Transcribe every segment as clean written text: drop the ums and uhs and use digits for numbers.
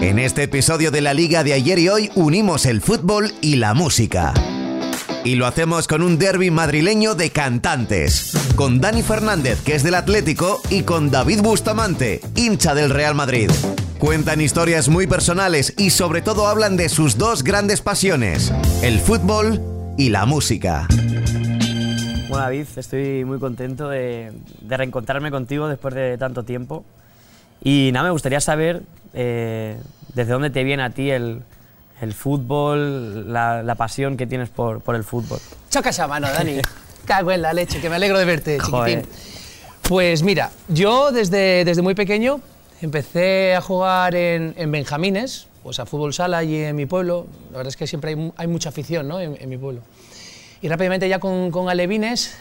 En este episodio de la Liga de ayer y hoy unimos el fútbol y la música. Y lo hacemos con un derbi madrileño de cantantes. Con Dani Fernández, que es del Atlético, y con David Bustamante, hincha del Real Madrid. Cuentan historias muy personales y sobre todo hablan de sus dos grandes pasiones, el fútbol y la música. Bueno, David, estoy muy contento de reencontrarme contigo después de tanto tiempo. Y nada, me gustaría saber desde dónde te viene a ti el fútbol, la pasión que tienes por el fútbol. Choca esa mano, Dani. Cago en la leche, que me alegro de verte, Joder. chiquitín. Pues mira, yo desde muy pequeño empecé a jugar en Benjamines, o sea, fútbol sala allí en mi pueblo. La verdad es que siempre hay mucha afición, ¿no?, en mi pueblo. Y rápidamente ya con alevines,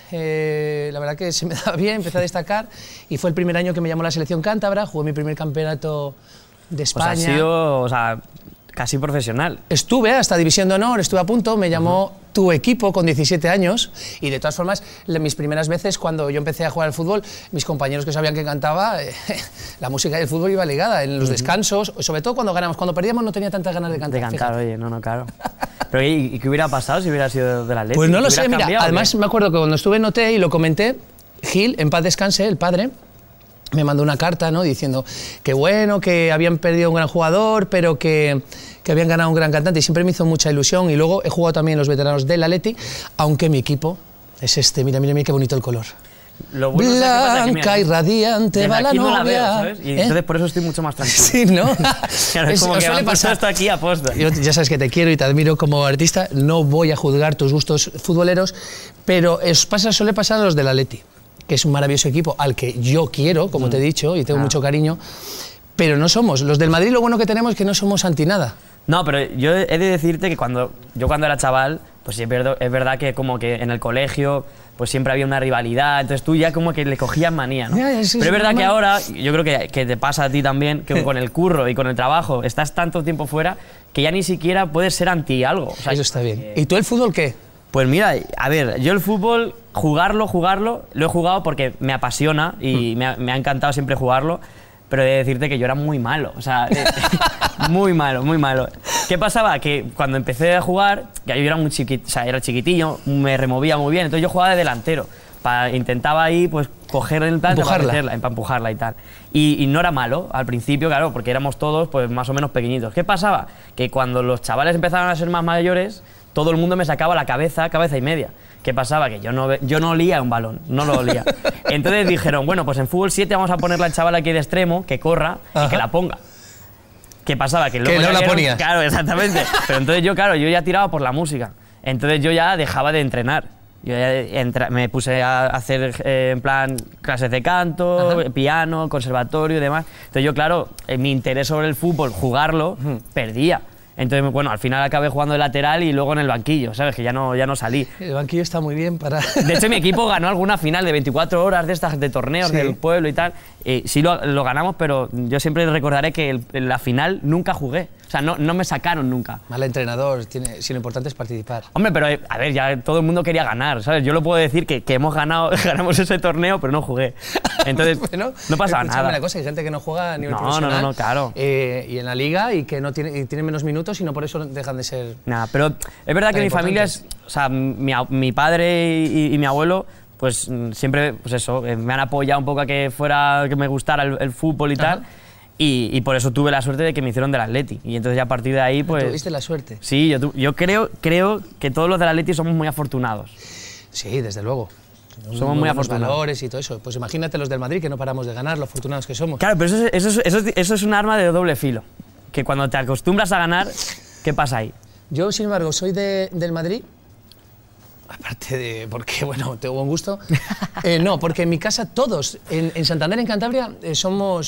la verdad que se me daba bien, empecé a destacar y fue el primer año que me llamó la selección cántabra, jugué mi primer campeonato de España. Pues ha sido, casi profesional. Estuve hasta División de Honor, estuve a punto, me llamó tu equipo con 17 años y de todas formas, mis primeras veces cuando yo empecé a jugar al fútbol, mis compañeros que sabían que cantaba, la música y el fútbol iba ligada en los descansos, sobre todo cuando ganamos, cuando perdíamos no tenía tantas ganas de cantar. De cantar, fíjate. Oye, no, claro. Pero ¿y qué hubiera pasado si hubiera sido de la Atleti? Pues no lo sé, ¿Hubieras mira, cambiado, además me acuerdo que cuando estuve en OT y lo comenté, Gil, en paz descanse, el padre, me mandó una carta, ¿no?, diciendo que bueno, que habían perdido un gran jugador, pero que habían ganado un gran cantante y siempre me hizo mucha ilusión. Y luego he jugado también en los veteranos del Atleti, aunque mi equipo es este, mira qué bonito el color. Lo bueno, Blanca y radiante va la no novia. la veo, ¿sabes? Y entonces por eso estoy mucho más tranquilo. Sí, ¿no? Claro, es como que suele han puesto pasar. esto aquí a posta. Yo ya sabes que te quiero y te admiro como artista, no voy a juzgar tus gustos futboleros, pero suele pasar a los del Atleti, que es un maravilloso equipo al que yo quiero, como te he dicho, y tengo mucho cariño, pero no somos. Los del Madrid lo bueno que tenemos es que no somos anti nada. No, pero yo he de decirte que cuando era chaval, pues sí, es verdad que como que en el colegio pues siempre había una rivalidad, entonces tú ya como que le cogías manía, ¿no? Pero es verdad que ahora, yo creo que te pasa a ti también, que con el curro y con el trabajo estás tanto tiempo fuera que ya ni siquiera puedes ser anti algo. O sea, eso está bien. ¿Y tú el fútbol qué? Pues mira, a ver, yo el fútbol, jugarlo, lo he jugado porque me apasiona y me ha encantado siempre jugarlo, pero he de decirte que yo era muy malo, o sea, muy malo, muy malo. ¿Qué pasaba? Que cuando empecé a jugar, ya yo era era chiquitillo, me removía muy bien, entonces yo jugaba de delantero, intentaba ahí pues coger el plan para empujarla y tal. Y no era malo al principio, claro, porque éramos todos pues más o menos pequeñitos. ¿Qué pasaba? Que cuando los chavales empezaron a ser más mayores, todo el mundo me sacaba la cabeza y media. ¿Qué pasaba? Que yo no olía un balón, no lo olía. Entonces dijeron, bueno, pues en fútbol 7 vamos a ponerle al chaval aquí de extremo, que corra y que la ponga. ¿Qué pasaba? Que luego no la ponías. Claro, exactamente. Pero entonces yo ya tiraba por la música. Entonces yo ya dejaba de entrenar. Yo ya me puse a hacer en plan clases de canto, piano, conservatorio y demás. Entonces yo, claro, mi interés sobre el fútbol, jugarlo, perdía. Entonces, bueno, al final acabé jugando de lateral y luego en el banquillo, ¿sabes? Que ya no salí. El banquillo está muy bien para... De hecho, mi equipo ganó alguna final de 24 horas de estas, de torneos del pueblo y tal. Sí lo ganamos, pero yo siempre recordaré que en la final nunca jugué. O sea, no me sacaron nunca. Mal entrenador, si lo importante es participar. Hombre, pero a ver, ya todo el mundo quería ganar, ¿sabes? Yo lo puedo decir que ganamos ese torneo, pero no jugué. Entonces, bueno, no pasaba nada. Una cosa, hay gente que no juega a nivel profesional. No, claro. Y en la liga y que tiene menos minutos y no por eso dejan de ser... Nada, pero es verdad que mi familia o sea, mi padre y mi abuelo pues siempre, pues eso, me han apoyado un poco a que me gustara el fútbol y tal. Y por eso tuve la suerte de que me hicieron del Atleti. Y entonces ya a partir de ahí, pues... ¿Tuviste la suerte? Sí, yo creo que todos los del Atleti somos muy afortunados. Sí, desde luego. Somos muy afortunados. Valores y todo eso. Pues imagínate los del Madrid, que no paramos de ganar, lo afortunados que somos. Claro, pero eso es un arma de doble filo. Que cuando te acostumbras a ganar, ¿qué pasa ahí? Yo, sin embargo, soy del Madrid... Aparte de porque, bueno, tengo buen gusto. No, porque en mi casa todos, en Santander, en Cantabria, es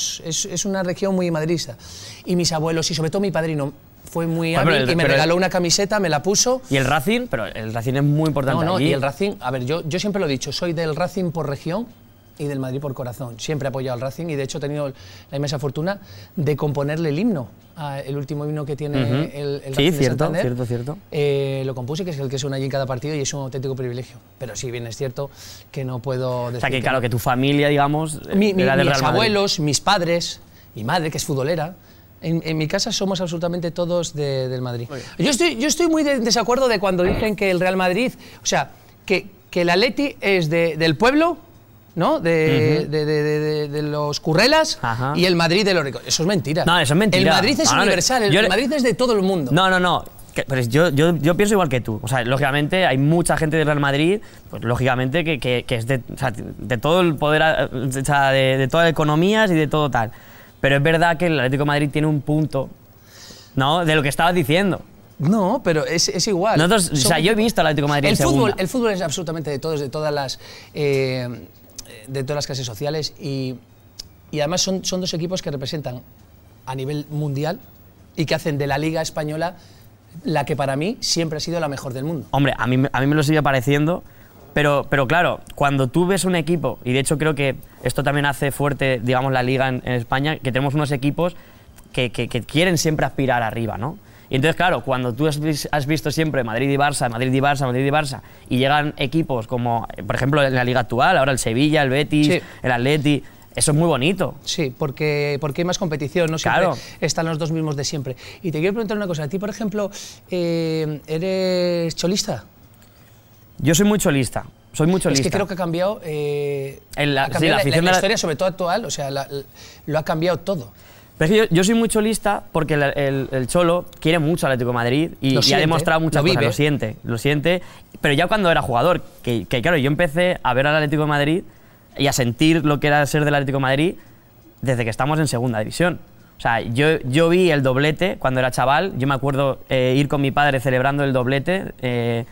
una región muy madridista. Y mis abuelos, y sobre todo mi padrino, fue muy hábil y me regaló una camiseta, me la puso. ¿Y el Racing? Pero el Racing es muy importante allí. Y el Racing, a ver, yo siempre lo he dicho, soy del Racing por región y del Madrid por corazón. Siempre he apoyado al Racing y de hecho he tenido la inmensa fortuna de componerle el himno, el último himno que tiene el Racing de Santander. Cierto. Lo compuse, que es el que suena allí en cada partido y es un auténtico privilegio. Pero sí, bien es cierto que no puedo decir... O sea, que claro, que tu familia, digamos... mis abuelos, mis padres, mi madre, que es futbolera, En mi casa somos absolutamente todos del Madrid. Yo estoy muy de desacuerdo de cuando dicen que el Real Madrid, o sea, que el Atleti es del pueblo, ¿no? De los currelas. Ajá. Y el Madrid de los ricos. Eso es mentira. No, eso es mentira. El Madrid es universal, el Madrid es de todo el mundo. No. Pero yo pienso igual que tú. O sea, lógicamente hay mucha gente del Real Madrid, pues lógicamente que es de todo el poder, o sea, de todas las economías y de todo tal. Pero es verdad que el Atlético de Madrid tiene un punto, ¿no? De lo que estabas diciendo. No, pero es igual. Nosotros, o sea, yo he visto al Atlético de Madrid en segunda. El fútbol es absolutamente de todos, de todas las clases sociales y además son dos equipos que representan a nivel mundial y que hacen de la Liga Española la que para mí siempre ha sido la mejor del mundo. Hombre, a mí me lo sigue pareciendo, pero claro, cuando tú ves un equipo, y de hecho creo que esto también hace fuerte, digamos, la Liga en España, que tenemos unos equipos que quieren siempre aspirar arriba, ¿no? Y entonces, claro, cuando tú has visto siempre Madrid y Barça, Madrid y Barça, Madrid y Barça, y llegan equipos como, por ejemplo, en la Liga actual, ahora el Sevilla, el Betis, sí, el Atleti, eso es muy bonito. Sí, porque hay más competición, no siempre están los dos mismos de siempre. Y te quiero preguntar una cosa, a ti, por ejemplo, ¿eres cholista? Yo soy muy cholista. Soy muy cholista. Es que creo que ha cambiado, la historia, sobre todo actual, o sea, lo ha cambiado todo. Pero es que yo soy muy cholista porque el Cholo quiere mucho al Atlético de Madrid y ha demostrado muchas cosas, lo siente, pero ya cuando era jugador, que claro, yo empecé a ver al Atlético de Madrid y a sentir lo que era ser del Atlético de Madrid desde que estamos en segunda división. O sea, yo vi el doblete cuando era chaval, yo me acuerdo ir con mi padre celebrando el doblete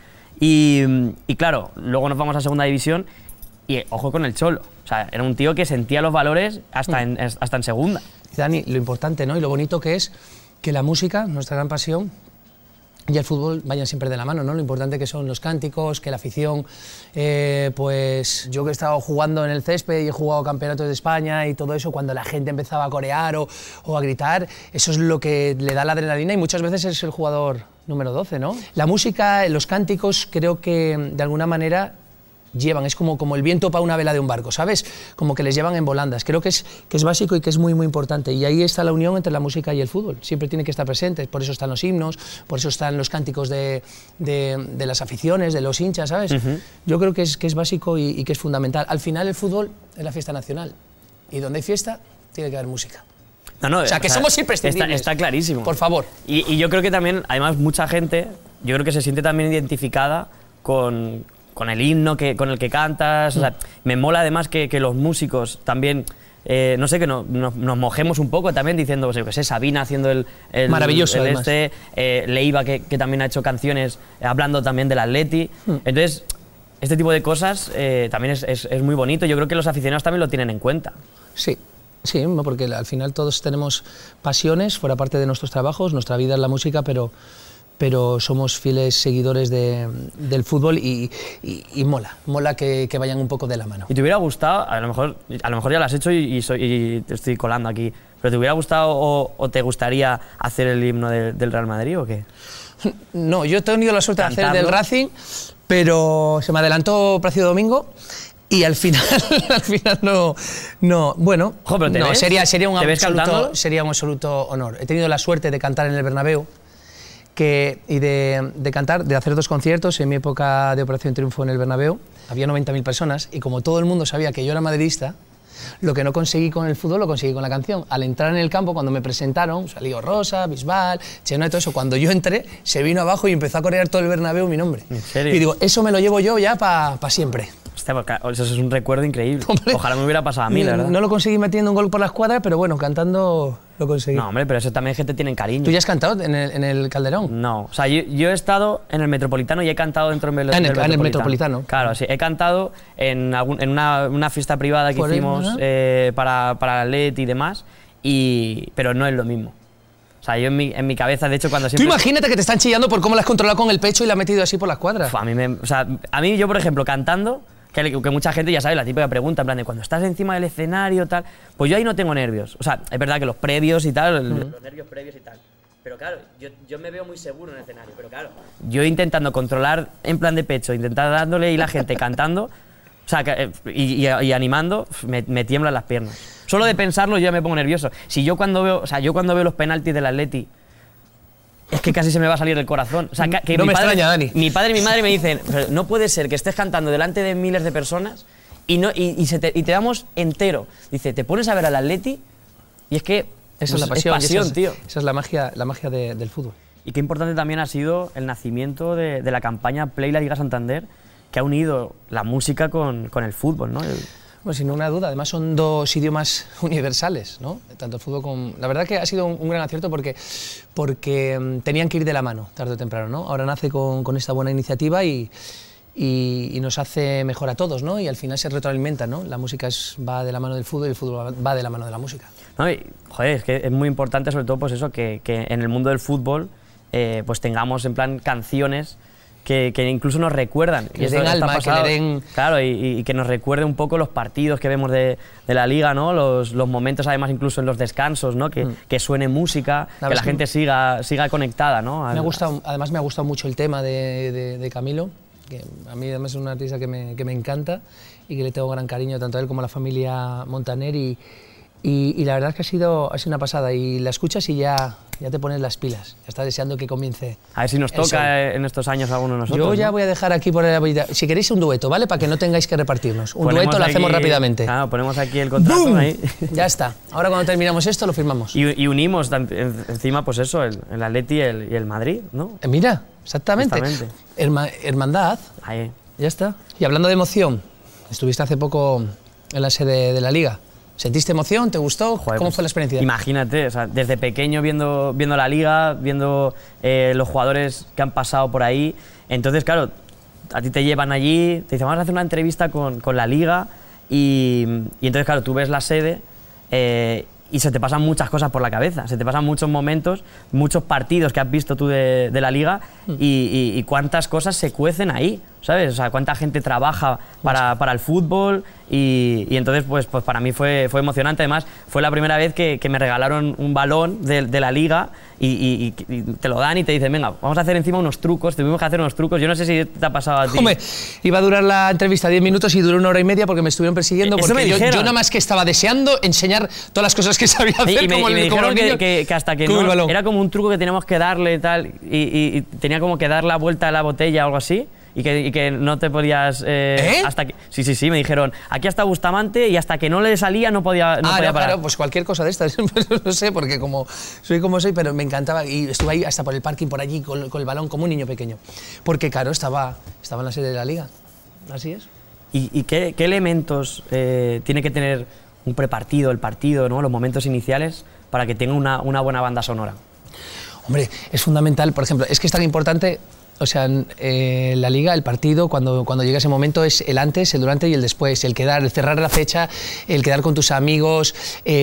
y claro, luego nos vamos a segunda división y ojo con el Cholo. O sea, era un tío que sentía los valores hasta en segunda. Dani, lo importante, ¿no? Y lo bonito que es que la música, nuestra gran pasión, y el fútbol vayan siempre de la mano, ¿no? Lo importante que son los cánticos, que la afición, pues yo que he estado jugando en el césped y he jugado campeonatos de España y todo eso, cuando la gente empezaba a corear o a gritar, eso es lo que le da la adrenalina y muchas veces es el jugador número 12, ¿no? La música, los cánticos, creo que de alguna manera llevan, es como el viento para una vela de un barco, ¿sabes? Como que les llevan en volandas. Creo que es básico y que es muy, muy importante. Y ahí está la unión entre la música y el fútbol. Siempre tiene que estar presente. Por eso están los himnos, por eso están los cánticos de las aficiones, de los hinchas, ¿sabes? Yo creo que es básico y que es fundamental. Al final el fútbol es la fiesta nacional. Y donde hay fiesta, tiene que haber música. O sea, que somos imprescindibles. Está clarísimo. Por favor. Y yo creo que también, además, mucha gente, yo creo que se siente también identificada con el himno con el que cantas. O sea, me mola además que los músicos también, no sé, que nos mojemos un poco también diciendo, pues, yo qué sé, Sabina haciendo el maravilloso, Leiva que también ha hecho canciones hablando también del Atleti. Entonces, este tipo de cosas también es muy bonito. Yo creo que los aficionados también lo tienen en cuenta. Sí, porque al final todos tenemos pasiones fuera parte de nuestros trabajos, nuestra vida es la música, pero somos fieles seguidores del fútbol y mola que vayan un poco de la mano. ¿Y te hubiera gustado, a lo mejor ya lo has hecho y te estoy colando aquí, pero te hubiera gustado o te gustaría hacer el himno del Real Madrid o qué? No, yo he tenido la suerte de hacer del Racing, pero se me adelantó Plácido Domingo y al final no, bueno, Ojo, no, sería un absoluto honor. He tenido la suerte de cantar en el Bernabéu y de cantar, de hacer 2 conciertos en mi época de Operación Triunfo en el Bernabéu. Había 90.000 personas y como todo el mundo sabía que yo era madridista, lo que no conseguí con el fútbol lo conseguí con la canción. Al entrar en el campo, cuando me presentaron, salió Rosa, Bisbal, Cheno y todo eso, cuando yo entré, se vino abajo y empezó a corear todo el Bernabéu mi nombre. ¿En serio? Y digo, eso me lo llevo yo ya para siempre. Hostia, eso es un recuerdo increíble. Hombre, ojalá me hubiera pasado a mí, la verdad. No lo conseguí metiendo un gol por la escuadra, pero bueno, cantando lo conseguí. No, hombre, pero eso también gente tiene cariño. ¿Tú ya has cantado en el Calderón? No, o sea, yo he estado en el Metropolitano y he cantado dentro del Metropolitano. En el Metropolitano. Claro, sí, he cantado en una fiesta privada que hicimos para el Atleti y demás, pero no es lo mismo. O sea, yo en mi cabeza, de hecho, cuando siempre... Tú imagínate que te están chillando por cómo la has controlado con el pecho y la has metido así por la escuadra. A mí yo, por ejemplo, cantando, que mucha gente ya sabe, la típica pregunta, en plan de cuando estás encima del escenario, tal, pues yo ahí no tengo nervios. O sea, es verdad que los previos y tal, los nervios previos y tal. Pero claro, yo me veo muy seguro en el escenario, pero claro, yo intentando controlar en plan de pecho, intentar dándole y la gente cantando, O sea, y animando, me tiemblan las piernas. Solo de pensarlo yo ya me pongo nervioso. Si yo cuando veo, yo cuando veo los penaltis del Atleti, es que casi se me va a salir el corazón. O sea, que no me extraña, Dani. Mi padre y mi madre me dicen, no puede ser que estés cantando delante de miles de personas y te damos entero. Dice, te pones a ver al Atleti y es que esa es la pasión, tío. Esa es la magia del fútbol. Y qué importante también ha sido el nacimiento de la campaña Play la Liga Santander, que ha unido la música con el fútbol, ¿no? Bueno, sin ninguna duda. Además son dos idiomas universales, ¿no? Tanto el fútbol como... La verdad que ha sido un gran acierto porque tenían que ir de la mano, tarde o temprano, ¿no? Ahora nace con esta buena iniciativa y nos hace mejor a todos, ¿no? Y al final se retroalimenta, ¿no? La música va de la mano del fútbol y el fútbol va de la mano de la música. No, joder, es que es muy importante sobre todo pues eso, que en el mundo del fútbol pues tengamos en plan canciones que incluso nos recuerdan. Que les den alma, que le den... Claro, y que nos recuerde un poco los partidos que vemos de la Liga, ¿no? Los momentos además incluso en los descansos, ¿no? Que suene música, que la gente siga conectada, ¿no? Además me ha gustado mucho el tema de Camilo, que a mí además es un artista que me encanta y que le tengo gran cariño tanto a él como a la familia Montaner y la verdad es que ha sido una pasada y la escuchas y ya te pones las pilas, ya estás deseando que comience. A ver si nos toca en estos años alguno de nosotros. Yo ya ¿no? voy a dejar aquí por la... Si queréis un dueto, ¿vale? Para que no tengáis que repartirnos. Un dueto lo hacemos rápidamente. Claro, ponemos aquí el contrato. ¡Bum! Ahí. Ya está. Ahora cuando terminamos esto lo firmamos. Y unimos encima pues eso, el Atleti y el Madrid, ¿no? Mira, exactamente. Hermandad. Ahí. Ya está. Y hablando de emoción, estuviste hace poco en la sede de la Liga. ¿Sentiste emoción? ¿Te gustó? Joder, ¿Cómo fue la experiencia? Imagínate, o sea, desde pequeño viendo la Liga, viendo los jugadores que han pasado por ahí. Entonces, claro, a ti te llevan allí, te dicen, vamos a hacer una entrevista con la Liga y entonces, claro, tú ves la sede y se te pasan muchas cosas por la cabeza, se te pasan muchos momentos, muchos partidos que has visto tú de la Liga y cuántas cosas se cuecen ahí, ¿sabes? O sea, cuánta gente trabaja para el fútbol y entonces pues para mí fue emocionante. Además, fue la primera vez que me regalaron un balón de la Liga y te lo dan y te dicen, venga, vamos a hacer encima unos trucos, tuvimos que hacer unos trucos. Yo no sé si te ha pasado a ti. Hombre, iba a durar la entrevista 10 minutos y duró 1 hora y media porque me estuvieron persiguiendo. Eso porque me dijeron. yo nada más que estaba deseando enseñar todas las cosas que sabía hacer. Y me dijeron que hasta que no, era como un truco que teníamos que darle y tal, y tenía como que dar la vuelta a la botella o algo así. Y que no te podías... hasta que, sí, me dijeron, aquí está Bustamante y hasta que no le salía no podía parar. Claro, pues cualquier cosa de estas, no sé, porque soy como soy, pero me encantaba y estuve ahí hasta por el parking, por allí, con el balón, como un niño pequeño. Porque, claro, estaba en la sede de la Liga, así es. ¿Y qué elementos tiene que tener un prepartido, el partido, ¿no? Los momentos iniciales, para que tenga una buena banda sonora? Hombre, es fundamental, por ejemplo, es que es tan importante... O sea, la Liga, el partido, cuando llega ese momento es el antes, el durante y el después. El cerrar la fecha, el quedar con tus amigos,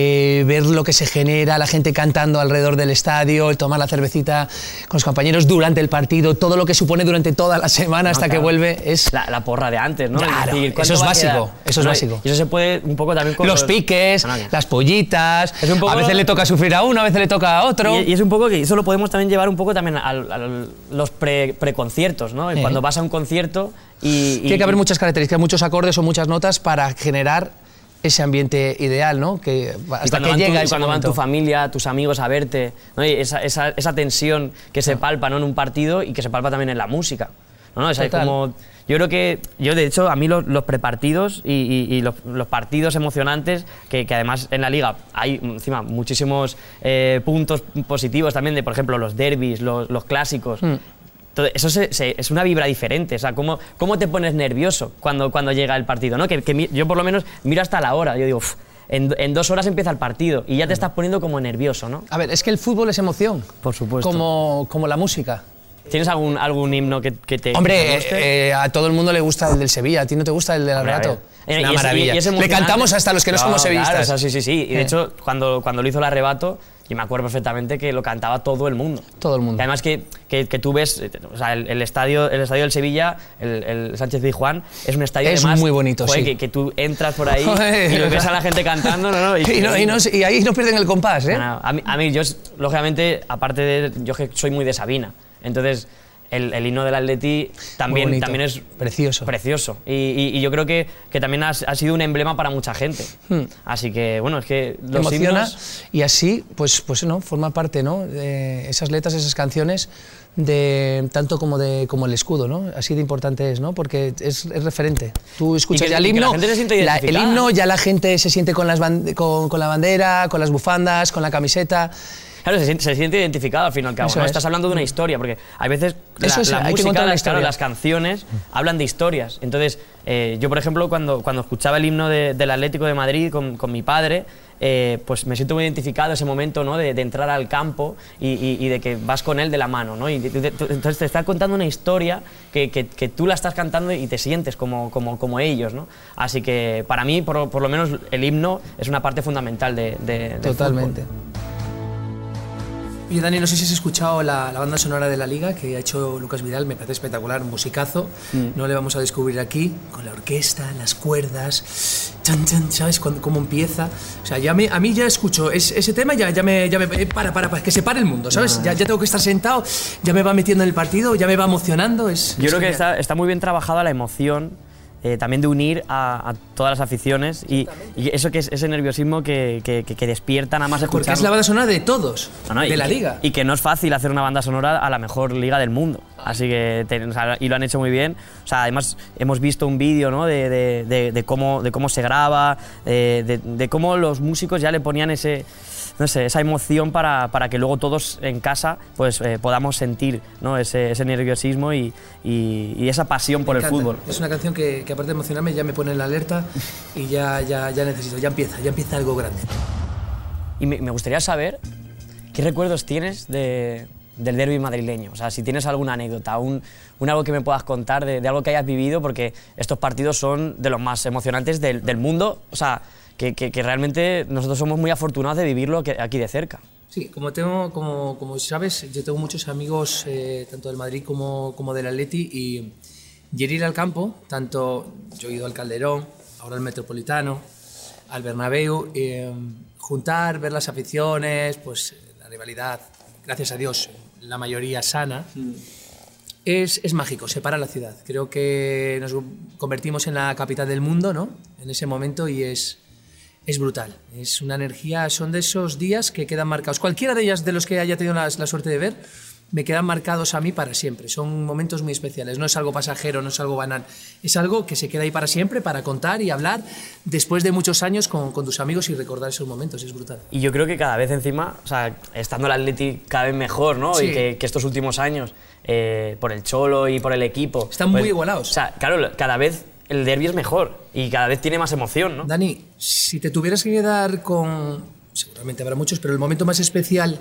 ver lo que se genera, la gente cantando alrededor del estadio, el tomar la cervecita con los compañeros durante el partido, todo lo que supone durante toda la semana hasta que vuelve es... La porra de antes, ¿no? Claro, es decir, eso es básico, eso es básico. Y eso se puede un poco también con los piques, las pollitas, a veces le toca sufrir a uno, a veces le toca a otro. Y es un poco que eso lo podemos también llevar un poco también a los preconciertos, ¿no? Cuando vas a un concierto Tiene que haber muchas características, muchos acordes o muchas notas para generar ese ambiente ideal, ¿no? Que hasta que llega cuando van tu familia, tus amigos a verte, ¿no? Y esa tensión que se palpa, ¿no? En un partido y que se palpa también en la música, ¿no? O sea, como, yo creo que, de hecho, a mí los prepartidos y los partidos emocionantes, que además en la Liga hay encima muchísimos puntos positivos también, de por ejemplo los derbis, los clásicos. Eso es una vibra diferente. O sea, ¿cómo te pones nervioso cuando llega el partido, ¿no? Que yo por lo menos miro hasta la hora. Yo digo, en 2 horas empieza el partido y ya te estás poniendo como nervioso, ¿no? A ver, es que el fútbol es emoción. Por supuesto. Como la música. ¿Tienes algún himno que te Hombre, a todo el mundo le gusta el del Sevilla. ¿A ti no te gusta el del Arrebato? Es una maravilla. Le cantamos hasta los que no somos sevillistas. Claro, sí. Y de hecho, cuando lo hizo el Arrebato, y me acuerdo perfectamente que lo cantaba todo el mundo. Todo el mundo. Y además que tú ves, o sea, el estadio del Sevilla, el Sánchez Pizjuán, es un estadio es además, muy bonito, joder, sí. Que tú entras por ahí y lo ves a la gente cantando, ¿no? Y ahí no pierden el compás, ¿eh? No, a mí, yo, lógicamente, aparte de... Yo que soy muy de Sabina, entonces... el himno del Atleti también es precioso. Y yo creo que también ha sido un emblema para mucha gente. Así que, bueno, es que los emociona himnos... y así, pues ¿no? Forma parte, ¿no? De esas letras, esas canciones, tanto como el escudo, ¿no? Así de importante es, ¿no? Porque es referente. Tú escuchas ya el himno, la gente se siente el himno, ya la gente se siente con la bandera, con las bufandas, con la camiseta. Claro, se siente identificado al fin y al cabo, ¿no? Estás hablando de una historia, porque a veces la música, las canciones hablan de historias. Entonces, yo por ejemplo, cuando escuchaba el himno del Atlético de Madrid con mi padre, pues me siento muy identificado ese momento, ¿no? de entrar al campo y de que vas con él de la mano, ¿no? Entonces te está contando una historia que tú la estás cantando y te sientes como ellos, ¿no? Así que para mí, por lo menos, el himno es una parte fundamental del Totalmente. fútbol. Oye, Dani, no sé si has escuchado la banda sonora de la Liga que ha hecho Lucas Vidal, me parece espectacular, un musicazo. No le vamos a descubrir aquí, con la orquesta, las cuerdas, chan, chan, ¿sabes cómo empieza? O sea, a mí ya escucho ese tema, ya me para, que se pare el mundo, ¿sabes? Ya tengo que estar sentado, ya me va metiendo en el partido, ya me va emocionando. Yo creo que está muy bien trabajada la emoción, también de unir a todas las aficiones y eso que es ese nerviosismo que despierta nada más escuchar. Porque es la banda sonora de todos, de la Liga. Y que no es fácil hacer una banda sonora a la mejor liga del mundo. Así que y lo han hecho muy bien. O sea, además hemos visto un vídeo, ¿no? de cómo se graba, de cómo los músicos ya le ponían esa emoción para que luego todos en casa pues podamos sentir, ¿no? ese nerviosismo y esa pasión por el fútbol. Es una canción que aparte de emocionarme ya me pone en la alerta y ya necesito, ya empieza algo grande. Y me gustaría saber qué recuerdos tienes del derbi madrileño. O sea, si tienes alguna anécdota, algo que me puedas contar de algo que hayas vivido, porque estos partidos son de los más emocionantes del mundo. O sea, que realmente nosotros somos muy afortunados de vivirlo aquí de cerca. Sí, como sabes, yo tengo muchos amigos, tanto del Madrid como del Atleti, y ir al campo, tanto yo he ido al Calderón, ahora al Metropolitano, al Bernabéu, juntar, ver las aficiones, pues la rivalidad, gracias a Dios, la mayoría sana, es mágico, separa la ciudad. Creo que nos convertimos en la capital del mundo, ¿no? En ese momento, y es brutal. Es una energía, son de esos días que quedan marcados. Cualquiera de ellas, de los que haya tenido la suerte de ver, me quedan marcados a mí para siempre. Son momentos muy especiales. No es algo pasajero, no es algo banal. Es algo que se queda ahí para siempre, para contar y hablar después de muchos años con tus amigos y recordar esos momentos. Es brutal. Y yo creo que cada vez encima, o sea, estando el Atleti cada vez mejor, ¿no? Sí. Y que estos últimos años, por el Cholo y por el equipo... Están muy igualados. O sea, claro, cada vez el derbi es mejor y cada vez tiene más emoción, ¿no? Dani, si te tuvieras que quedar con... Seguramente habrá muchos, pero el momento más especial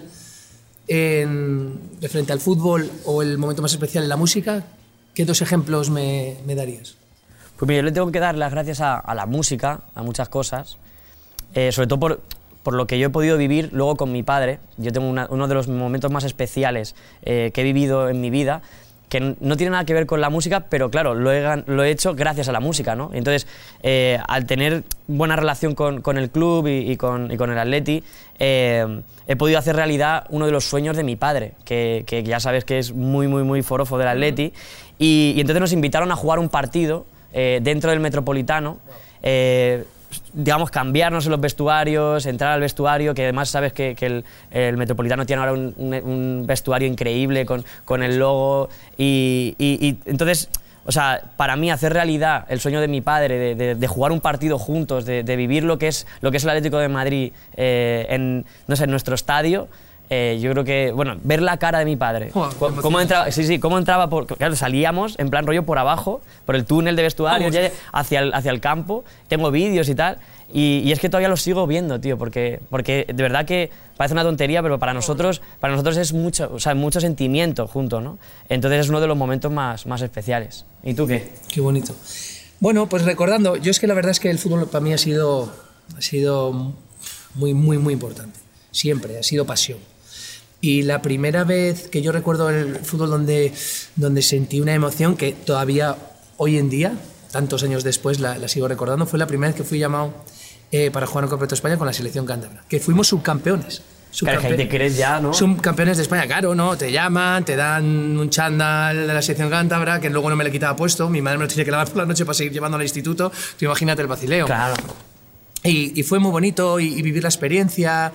de frente al fútbol o el momento más especial en la música, ¿qué dos ejemplos me darías? Pues mira, yo le tengo que dar las gracias a la música, a muchas cosas, sobre todo por lo que yo he podido vivir luego con mi padre. Yo tengo uno de los momentos más especiales que he vivido en mi vida, que no tiene nada que ver con la música, pero claro, lo he hecho gracias a la música, ¿no? Entonces, al tener buena relación con el club y con el Atleti, he podido hacer realidad uno de los sueños de mi padre, que ya sabes que es muy, muy, muy forofo del Atleti, y entonces nos invitaron a jugar un partido dentro del Metropolitano, digamos, cambiarnos en los vestuarios, entrar al vestuario, que además sabes que el Metropolitano tiene ahora un vestuario increíble con el logo y entonces, o sea, para mí hacer realidad el sueño de mi padre de jugar un partido juntos, de vivir lo que es el Atlético de Madrid en nuestro estadio. Yo creo que, bueno, ver la cara de mi padre, cómo entraba claro, salíamos en plan rollo por abajo, por el túnel de vestuario, hacia el campo, tengo vídeos y tal, y es que todavía los sigo viendo, tío, porque de verdad que parece una tontería, pero para nosotros es mucho, o sea, mucho sentimiento junto, ¿no? Entonces es uno de los momentos más especiales. ¿Y tú qué? Qué bonito. Bueno, pues recordando, yo es que la verdad es que el fútbol para mí ha sido muy, muy, muy importante. Siempre, ha sido pasión. Y la primera vez que yo recuerdo el fútbol donde sentí una emoción que todavía hoy en día, tantos años después, la sigo recordando, fue la primera vez que fui llamado para jugar en el Campeonato de España con la selección cántabra, que fuimos subcampeones. Claro, que ahí te crees ya, ¿no? Subcampeones de España, claro, ¿no? Te llaman, te dan un chándal de la sección cántabra, que luego no me le quitaba puesto. Mi madre me lo tenía que lavar por la noche para seguir llevando al instituto. Tú imagínate el vacileo. Claro. Y fue muy bonito y vivir la experiencia.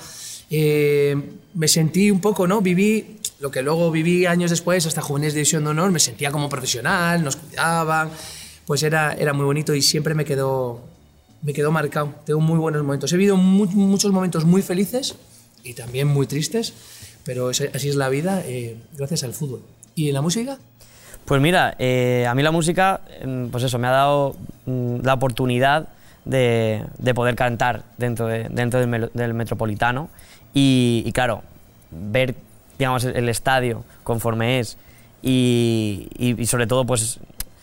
Me sentí un poco, ¿no? Viví lo que luego viví años después, hasta Juveniles de División de Honor. Me sentía como profesional, nos cuidaban. Pues era muy bonito y siempre me quedó marcado. Tengo muy buenos momentos. He vivido muchos momentos muy felices y también muy tristes, pero así es la vida, gracias al fútbol. ¿Y en la música? Pues mira, a mí la música, pues eso, me ha dado la oportunidad de poder cantar dentro del Metropolitano y claro, ver, digamos, el estadio conforme es y sobre todo pues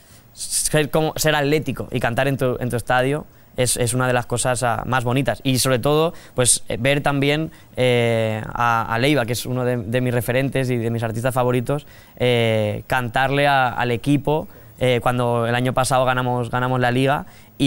ser atlético y cantar en tu estadio es una de las cosas más bonitas. Y sobre todo, pues ver también a Leiva, que es uno de mis referentes y de mis artistas favoritos, cantarle al equipo cuando el año pasado ganamos la Liga.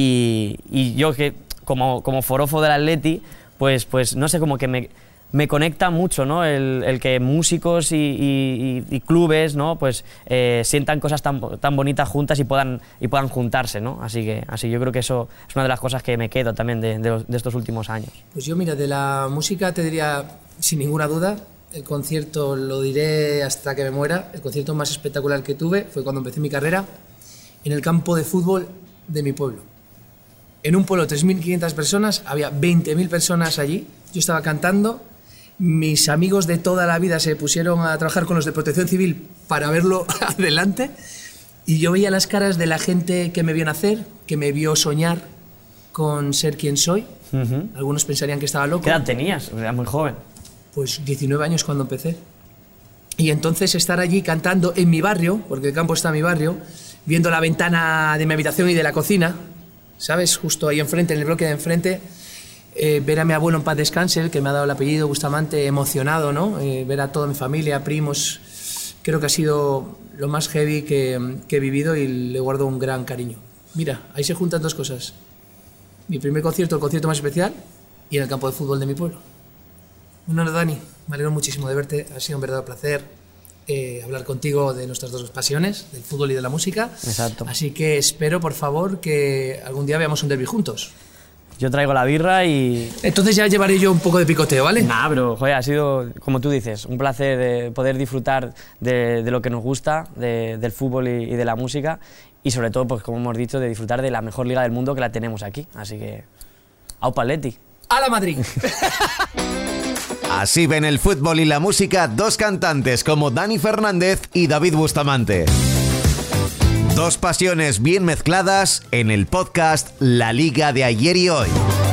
Y yo que como forofo del Atleti, pues no sé, como que me conecta mucho, ¿no? El que músicos y clubes, ¿no? Pues sientan cosas tan bonitas juntas y puedan juntarse, ¿no? Así yo creo que eso es una de las cosas que me quedo también de estos últimos años. Pues yo, mira, de la música te diría, sin ninguna duda, el concierto, lo diré hasta que me muera, el concierto más espectacular que tuve fue cuando empecé mi carrera en el campo de fútbol de mi pueblo. En un pueblo de 3.500 personas, había 20.000 personas allí, yo estaba cantando. Mis amigos de toda la vida se pusieron a trabajar con los de Protección Civil para verlo adelante y yo veía las caras de la gente que me vio nacer, que me vio soñar con ser quien soy. Algunos pensarían que estaba loco. ¿Qué edad tenías? Era muy joven. Pues 19 años cuando empecé. Y entonces estar allí cantando en mi barrio, porque el campo está en mi barrio, viendo la ventana de mi habitación y de la cocina, ¿sabes? Justo ahí enfrente, en el bloque de enfrente, ver a mi abuelo en paz descanse, el que me ha dado el apellido, Bustamante, emocionado, ¿no? Ver a toda mi familia, primos, creo que ha sido lo más heavy que he vivido y le guardo un gran cariño. Mira, ahí se juntan dos cosas. Mi primer concierto, el concierto más especial, y en el campo de fútbol de mi pueblo. Bueno, Dani, me alegro muchísimo de verte, ha sido un verdadero placer hablar contigo de nuestras dos pasiones, del fútbol y de la música. Exacto. Así que espero, por favor, que algún día veamos un derbi juntos. Yo traigo la birra y... Entonces ya llevaré yo un poco de picoteo, ¿vale? Nah, pero joder, ha sido, como tú dices, un placer de poder disfrutar de lo que nos gusta, del fútbol y de la música, y sobre todo, pues como hemos dicho, de disfrutar de la mejor liga del mundo que la tenemos aquí. Así que, ¡au Atleti! ¡A la Madrid! Así ven el fútbol y la música dos cantantes como Dani Fernández y David Bustamante. Dos pasiones bien mezcladas en el podcast La Liga de Ayer y Hoy.